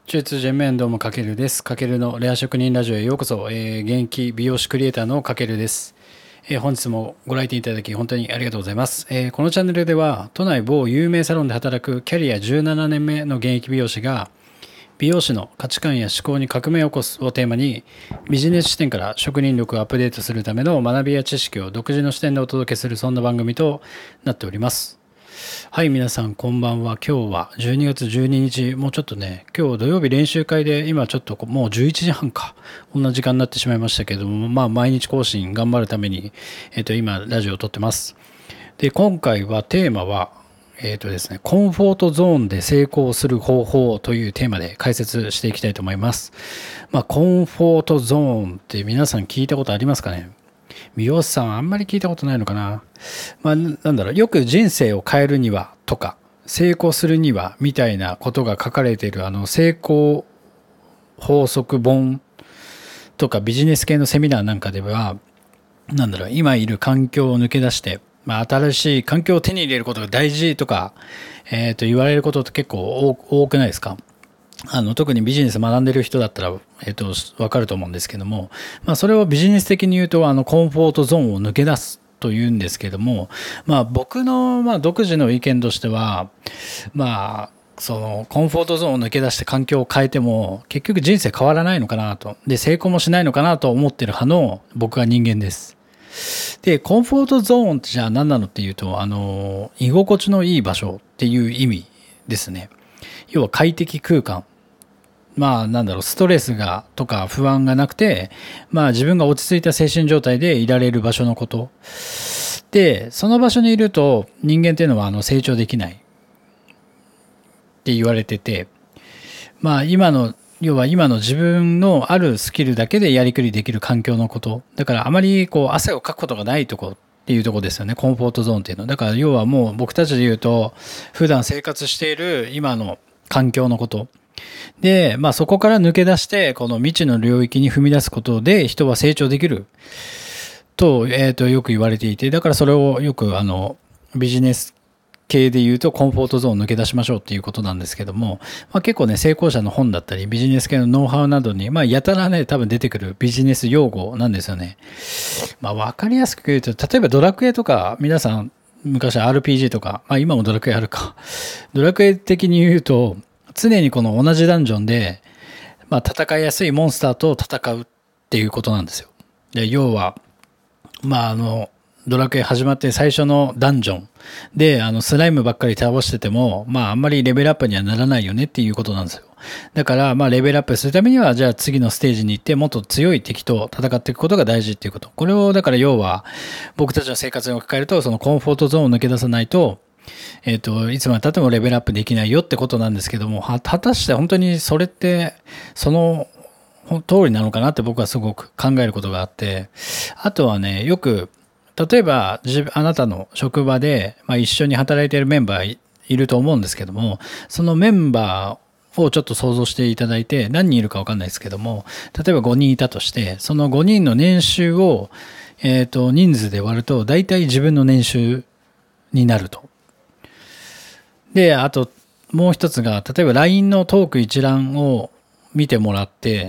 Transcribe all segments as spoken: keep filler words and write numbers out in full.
中通全面どうもかけるです。かけるのレア職人ラジオへようこそ。えー、現役美容師クリエイターのかけるです。えー、本日もご来店いただき本当にありがとうございます。えー、このチャンネルでは都内某有名サロンで働くキャリアじゅうななねんめの現役美容師が美容師の価値観や思考に革命を起こすをテーマにビジネス視点から職人力をアップデートするための学びや知識を独自の視点でお届けするそんな番組となっております。はい、皆さんこんばんは。今日はじゅうにがつじゅうににち、もうちょっとね、今日土曜日練習会で、今ちょっともうじゅういちじはんか、こんな時間になってしまいましたけども、まあ毎日更新頑張るために、えっと今ラジオを撮ってます。で、今回はテーマは、えっとですね、コンフォートゾーンで成功する方法というテーマで解説していきたいと思います。まあコンフォートゾーンって皆さん聞いたことありますかね？美容師さんあんまり聞いたことないのかな。まあなんだろう、よく人生を変えるにはとか成功するにはみたいなことが書かれているあの成功法則本とかビジネス系のセミナーなんかでは、なんだろう、今いる環境を抜け出して、まあ、新しい環境を手に入れることが大事とか、えっと言われることって結構多くないですか？あの特にビジネス学んでる人だったら、えっとわかると思うんですけども、まあそれをビジネス的に言うとあのコンフォートゾーンを抜け出すというんですけども、まあ僕のまあ独自の意見としては、まあそのコンフォートゾーンを抜け出して環境を変えても結局人生変わらないのかなと、で成功もしないのかなと思ってる派の僕は人間です。でコンフォートゾーンってじゃあ何なのっていうと、あの居心地のいい場所っていう意味ですね。要は快適空間。まあなんだろう、ストレスがとか不安がなくて、まあ自分が落ち着いた精神状態でいられる場所のこと。で、その場所にいると人間っていうのはあの成長できないって言われてて、まあ今の、要は今の自分のあるスキルだけでやりくりできる環境のこと。だからあまりこう汗をかくことがないとこっていうとこですよね。コンフォートゾーンっていうの。だから要はもう僕たちで言うと、普段生活している今の環境のこと。で、まあそこから抜け出して、この未知の領域に踏み出すことで人は成長できると、えっと、よく言われていて、だからそれをよくあの、ビジネス系で言うとコンフォートゾーンを抜け出しましょうっていうことなんですけども、まあ結構ね、成功者の本だったり、ビジネス系のノウハウなどに、まあやたらね、多分出てくるビジネス用語なんですよね。まあわかりやすく言うと、例えばドラクエとか、皆さん昔 アールピージー とか、まあ今もドラクエあるか。ドラクエ的に言うと、常にこの同じダンジョンで、まあ、戦いやすいモンスターと戦うっていうことなんですよ。で、要は、まあ、あの、ドラクエ始まって最初のダンジョンで、あの、スライムばっかり倒してても、まあ、あんまりレベルアップにはならないよねっていうことなんですよ。だから、まあ、レベルアップするためには、じゃあ次のステージに行って、もっと強い敵と戦っていくことが大事っていうこと。これを、だから要は、僕たちの生活に置き換えると、そのコンフォートゾーンを抜け出さないと、えっと、いつまで経ってもレベルアップできないよってことなんですけども、果たして本当にそれって、その通りなのかなって僕はすごく考えることがあって、あとはね、よく、例えば、あなたの職場で、まあ、一緒に働いているメンバーいると思うんですけども、そのメンバーをちょっと想像していただいて、何人いるかわかんないですけども、例えばごにんいたとして、そのごにんの年収を、えっと、人数で割ると、大体自分の年収になると。で、あと、もう一つが、例えば ライン のトーク一覧を見てもらって、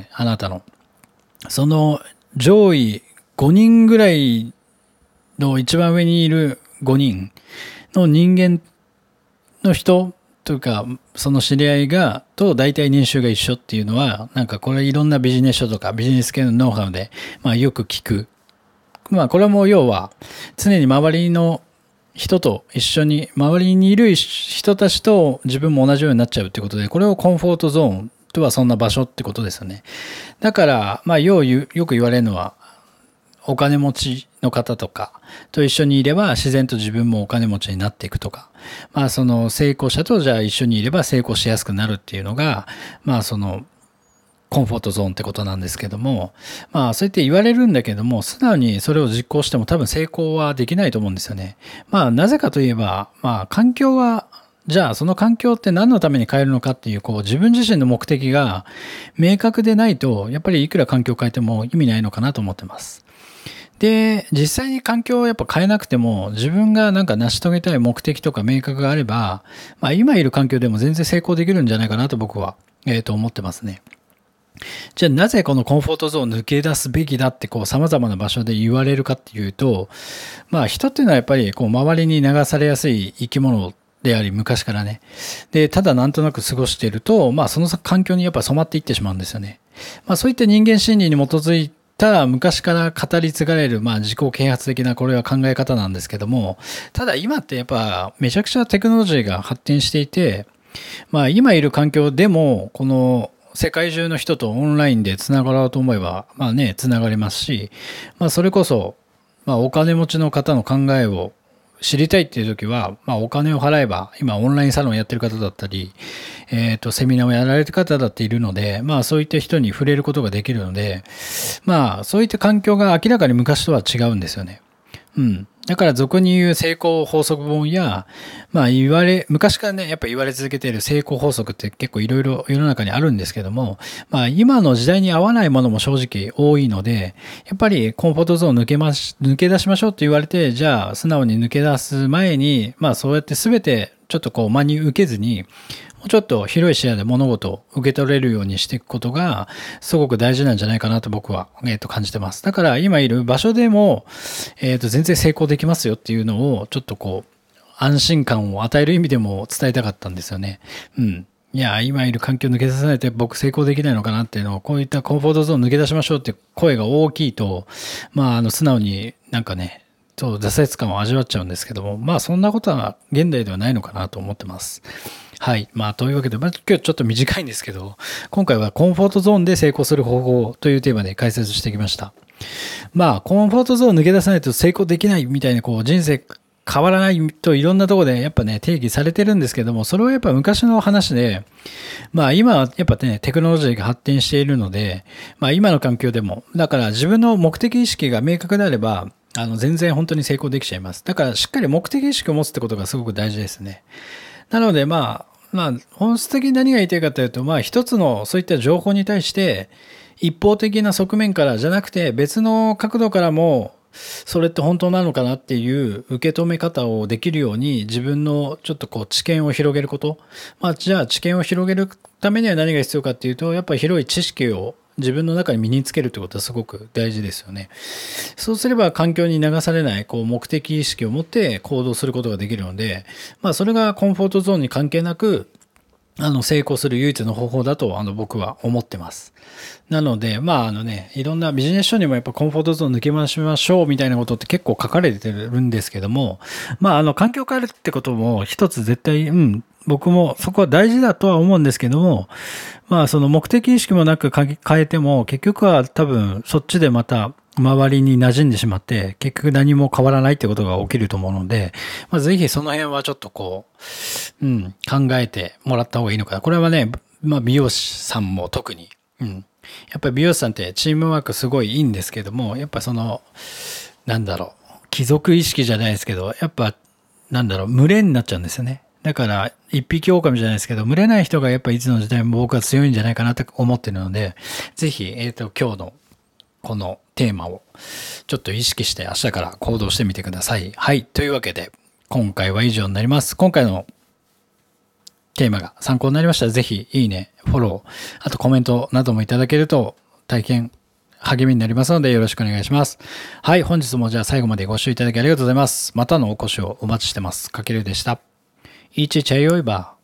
あなたの。その上位ごにんぐらいの一番上にいるごにんの人間の人というか、その知り合いが、と大体年収が一緒っていうのは、なんかこれいろんなビジネス書とかビジネス系のノウハウで、まあよく聞く。まあこれも要は、常に周りの人と一緒に、周りにいる人たちと自分も同じようになっちゃうってことで、これをコンフォートゾーンとはそんな場所ってことですよね。だから、まあ、ようよく言われるのは、お金持ちの方とかと一緒にいれば自然と自分もお金持ちになっていくとか、まあその成功者とじゃあ一緒にいれば成功しやすくなるっていうのが、まあその、コンフォートゾーンってことなんですけども、まあそうやって言われるんだけども、素直にそれを実行しても多分成功はできないと思うんですよね。まあなぜかといえば、まあ環境は、じゃあその環境って何のために変えるのかっていう、こう自分自身の目的が明確でないと、やっぱりいくら環境を変えても意味ないのかなと思ってます。で、実際に環境をやっぱ変えなくても、自分がなんか成し遂げたい目的とか明確があれば、まあ今いる環境でも全然成功できるんじゃないかなと僕はえー、と思ってますね。じゃあなぜこのコンフォートゾーンを抜け出すべきだってこう様々な場所で言われるかっていうと、まあ人っていうのはやっぱりこう周りに流されやすい生き物であり昔からね。で、ただなんとなく過ごしていると、まあその環境にやっぱ染まっていってしまうんですよね。まあそういった人間心理に基づいた昔から語り継がれるまあ自己啓発的なこれは考え方なんですけども、ただ今ってやっぱめちゃくちゃテクノロジーが発展していて、まあ今いる環境でもこの世界中の人とオンラインでつながろうと思えば、まあね、つながれますし、まあそれこそ、まあお金持ちの方の考えを知りたいっていう時は、まあお金を払えば、今オンラインサロンやってる方だったり、えっと、セミナーをやられてる方だっているので、まあそういった人に触れることができるので、まあそういった環境が明らかに昔とは違うんですよね。うん。だから俗に言う成功法則本や、まあ言われ、昔からね、やっぱ言われ続けている成功法則って結構いろいろ世の中にあるんですけども、まあ今の時代に合わないものも正直多いので、やっぱりコンフォートゾーン抜けまし、抜け出しましょうって言われて、じゃあ素直に抜け出す前に、まあそうやって全てちょっとこう真に受けずに、もうちょっと広い視野で物事を受け取れるようにしていくことがすごく大事なんじゃないかなと僕は、えー、と感じてます。だから今いる場所でも、えー、と全然成功できますよっていうのをちょっとこう安心感を与える意味でも伝えたかったんですよね。うん。いや、今いる環境を抜け出さないと僕成功できないのかなっていうのを、こういったコンフォートゾーン抜け出しましょうって声が大きいと、まああの素直になんかね、そう挫折感を味わっちゃうんですけども、まあそんなことは現代ではないのかなと思ってます。はい。まあ、というわけで、まあ、今日ちょっと短いんですけど、今回はコンフォートゾーンで成功する方法というテーマで解説してきました。まあ、コンフォートゾーン抜け出さないと成功できないみたいな、こう、人生変わらないといろんなところでやっぱね、定義されてるんですけども、それはやっぱ昔の話で、まあ今はやっぱね、テクノロジーが発展しているので、まあ今の環境でも、だから自分の目的意識が明確であれば、あの、全然本当に成功できちゃいます。だからしっかり目的意識を持つってことがすごく大事ですね。なのでまあ、まあ、本質的に何が言いたいかというと、まあ、一つのそういった情報に対して、一方的な側面からじゃなくて、別の角度からも、それって本当なのかなっていう受け止め方をできるように、自分のちょっとこう知見を広げること。まあ、じゃあ知見を広げるためには何が必要かっていうと、やっぱり広い知識を自分の中に身につけるってことはすごく大事ですよね。そうすれば環境に流されないこう目的意識を持って行動することができるので、まあそれがコンフォートゾーンに関係なく、あの成功する唯一の方法だとあの僕は思ってます。なので、まああのね、いろんなビジネス書にもやっぱコンフォートゾーン抜けましょうみたいなことって結構書かれてるんですけども、まああの環境を変えるってことも一つ絶対、うん、僕もそこは大事だとは思うんですけども、まあその目的意識もなく変えても結局は多分そっちでまた周りに馴染んでしまって結局何も変わらないってことが起きると思うので、まあぜひその辺はちょっとこう、うん、考えてもらった方がいいのかな。これはね、まあ美容師さんも特に、うん。やっぱり美容師さんってチームワークすごいいいんですけども、やっぱその、なんだろう、貴族意識じゃないですけど、やっぱ、なんだろう、群れになっちゃうんですよね。だから、一匹狼じゃないですけど、群れない人がやっぱいつの時代も僕は強いんじゃないかなと思ってるので、ぜひ、えっと、今日のこのテーマをちょっと意識して明日から行動してみてください。はい。というわけで、今回は以上になります。今回のテーマが参考になりましたら、ぜひいいね、フォロー、あとコメントなどもいただけると大変励みになりますのでよろしくお願いします。はい。本日もじゃあ最後までご視聴いただきありがとうございます。またのお越しをお待ちしてます。かけるでした。いちちゃよいば。